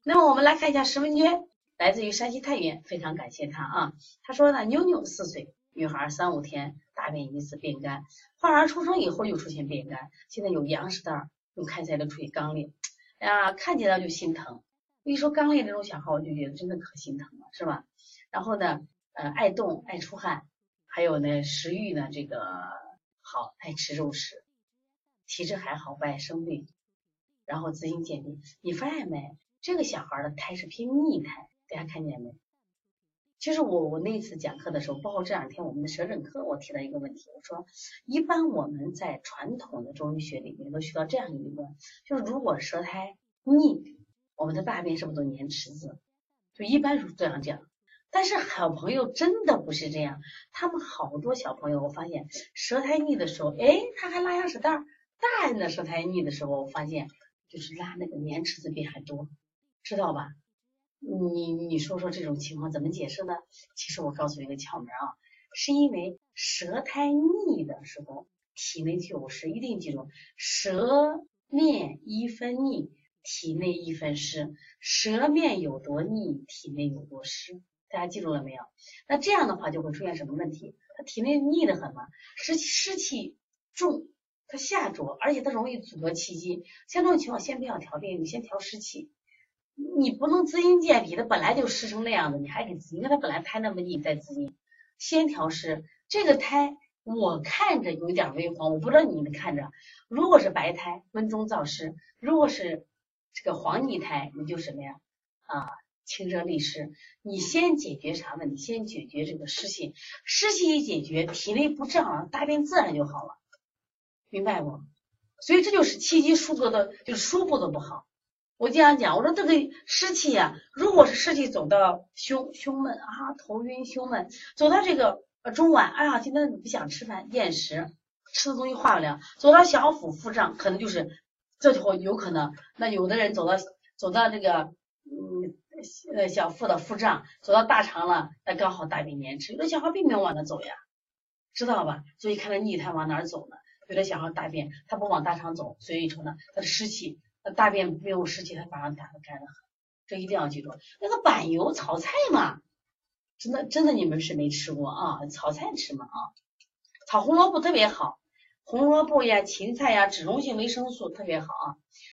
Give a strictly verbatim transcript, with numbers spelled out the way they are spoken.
那么我们来看一下石文娟，来自于山西太原，非常感谢他啊。他说呢，妞妞四岁，女孩三五天大便一次变干，患儿出生以后又出现变干，现在有羊屎蛋，用看起来都处于肛裂，哎呀，看起来就心疼。一说肛裂这种小孩，我就觉得真的可心疼了，是吧？然后呢，呃，爱动爱出汗，还有呢，食欲呢这个好，爱吃肉食，体质还好，不爱生病，然后自行健脾。你发现没？这个小孩的胎是偏逆胎，大家看见没？其实我我那次讲课的时候，包括这两天我们的舌诊课，我提到一个问题，我说一般我们在传统的中医学里面都学到这样一个理论，就是如果舌苔逆，我们的大便是不是都粘池子？就一般是这样讲。但是好朋友真的不是这样，他们好多小朋友，我发现舌苔逆的时候，哎，他还拉羊屎蛋；大人的舌苔逆的时候，我发现就是拉那个粘池子便还多，知道吧？你你说说这种情况怎么解释呢？其实我告诉你一个窍门啊，是因为舌苔腻的时候，体内就有湿，一定记住，舌面一分腻，体内一分湿，舌面有多腻，体内有多湿。大家记住了没有？那这样的话就会出现什么问题？它体内腻得很嘛，湿湿气重，它下浊，而且它容易阻隔气机。像这种情况，先不要调便，你先调湿气。你不能滋阴健脾，它本来就湿成那样的，你还给滋阴，它本来胎那么腻，再滋阴，先调湿。这个胎我看着有点微黄，我不知道你们看着，如果是白胎，温中燥湿；如果是这个黄腻胎，你就什么呀？啊，清热利湿。你先解决啥问题？先解决这个湿气，湿气一解决，体内不胀，大便自然就好了，明白不？所以这就是气机疏隔的，就是输布的不好。我经常讲，我说这个湿气呀、啊，如果是湿气走到胸胸闷啊，头晕胸闷，走到这个呃中脘，哎呀，今天不想吃饭，厌食，吃的东西化不了，走到小腹腹胀，可能就是这时候有可能，那有的人走到走到这个嗯呃小腹的腹胀，走到大肠了，那刚好大便粘滞，有的小孩并没有往那走呀，知道吧？所以看他逆他往哪儿走呢？有的小孩大便他不往大肠走，所以说呢，他的湿气。大便没有湿气，它反而打得干得很，这一定要记住。那个板油炒菜嘛，真的真的你们是没吃过啊？炒菜吃嘛啊？炒红萝卜特别好，红萝卜呀、芹菜呀，脂溶性维生素特别好啊。